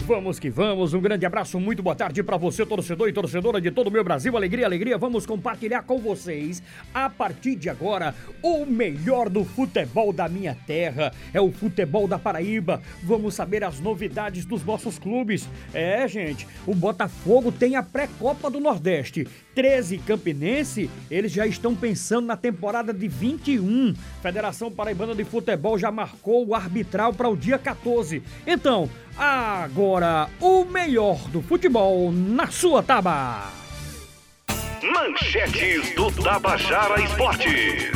Vamos que vamos, um grande abraço, muito boa tarde pra você, torcedor e torcedora de todo o meu Brasil, alegria, alegria, vamos compartilhar com vocês, a partir de agora, o melhor do futebol da minha terra, é o futebol da Paraíba, vamos saber as novidades dos nossos clubes. Gente, o Botafogo tem a pré-copa do Nordeste, 13 Campinense, eles já estão pensando na temporada de 21, Federação Paraibana de Futebol já marcou o arbitral para o dia 14, então, agora, o melhor do futebol na sua Taba. Manchetes do Tabajara Esportes.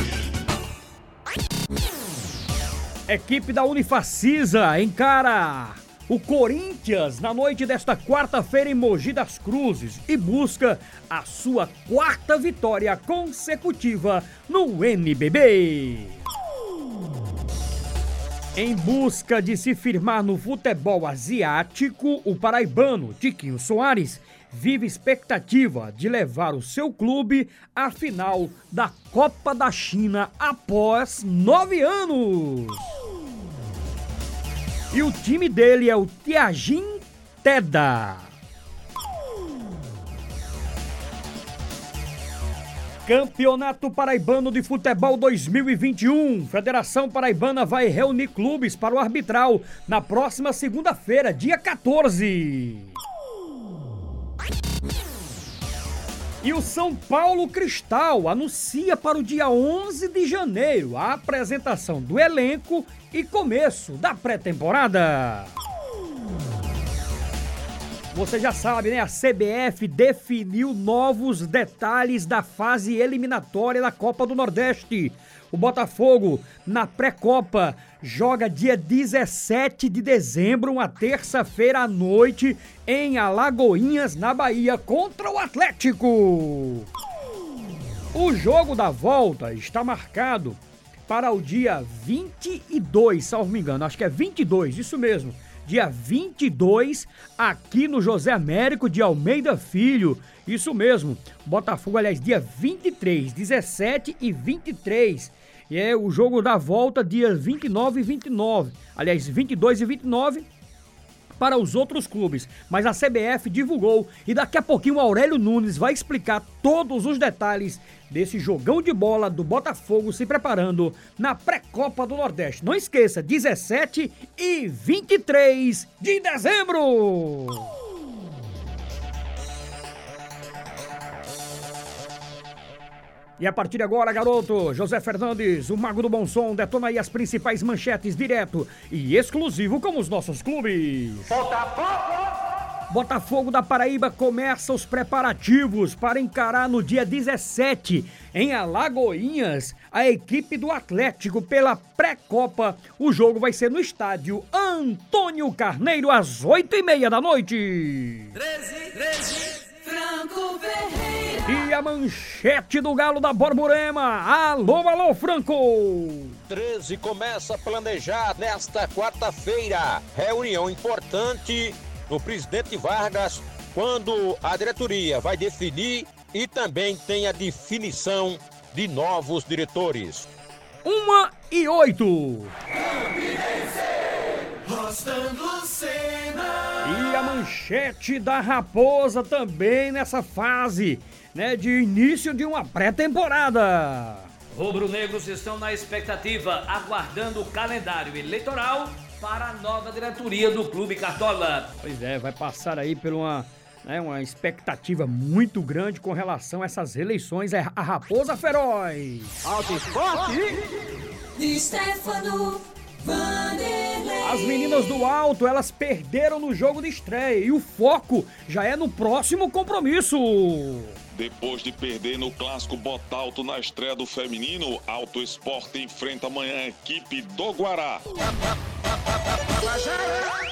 Equipe da Unifacisa encara o Corinthians na noite desta quarta-feira em Mogi das Cruzes e busca a sua quarta vitória consecutiva no NBB. Em busca de se firmar no futebol asiático, o paraibano Tiquinho Soares vive expectativa de levar o seu clube à final da Copa da China após 9 anos. E o time dele é o Tianjin Teda. Campeonato Paraibano de Futebol 2021. Federação Paraibana vai reunir clubes para o arbitral na próxima segunda-feira, dia 14. E o São Paulo Cristal anuncia para o dia 11 de janeiro a apresentação do elenco e começo da pré-temporada. Você já sabe, né? A CBF definiu novos detalhes da fase eliminatória da Copa do Nordeste. O Botafogo, na pré-copa, joga dia 17 de dezembro, uma terça-feira à noite, em Alagoinhas, na Bahia, contra o Atlético. O jogo da volta está marcado para o dia 22, se não me engano, acho que é 22, isso mesmo. Dia 22, aqui no José Américo de Almeida Filho. Isso mesmo, Botafogo, aliás, dia 23, 17 e 23. E é o jogo da volta, dia 29 e 29. Aliás, 22 e 29 para os outros clubes. Mas a CBF divulgou e daqui a pouquinho o Aurélio Nunes vai explicar todos os detalhes desse jogão de bola do Botafogo se preparando na pré-copa do Nordeste. Não esqueça, 17 e 23 de dezembro! E a partir de agora, garoto, José Fernandes, o Mago do Bom Som, detona aí as principais manchetes direto e exclusivo com os nossos clubes. Botafogo da Paraíba começa os preparativos para encarar no dia 17, em Alagoinhas, a equipe do Atlético pela pré-copa. O jogo vai ser no estádio Antônio Carneiro, às 8h30 da noite. 13, Franco Ferreira. E a manchete do Galo da Borborema. Alô, alô, Franco! 13 começa a planejar nesta quarta-feira. Reunião importante do presidente Vargas, quando a diretoria vai definir e também tem a definição de novos diretores. 1h08. Rostando Cena. E a manchete da Raposa também nessa fase, né, de início de uma pré-temporada. Rubro-negros estão na expectativa, aguardando o calendário eleitoral para a nova diretoria do Clube Cartola. Pois é, vai passar aí por uma expectativa muito grande com relação a essas eleições. É a Raposa Feroz. Alto Esporte! Stefano Vanderlei. As meninas do Alto, elas perderam no jogo de estreia e o foco já é no próximo compromisso. Depois de perder no clássico Botalto na estreia do feminino, Alto Esporte enfrenta amanhã a equipe do Guará.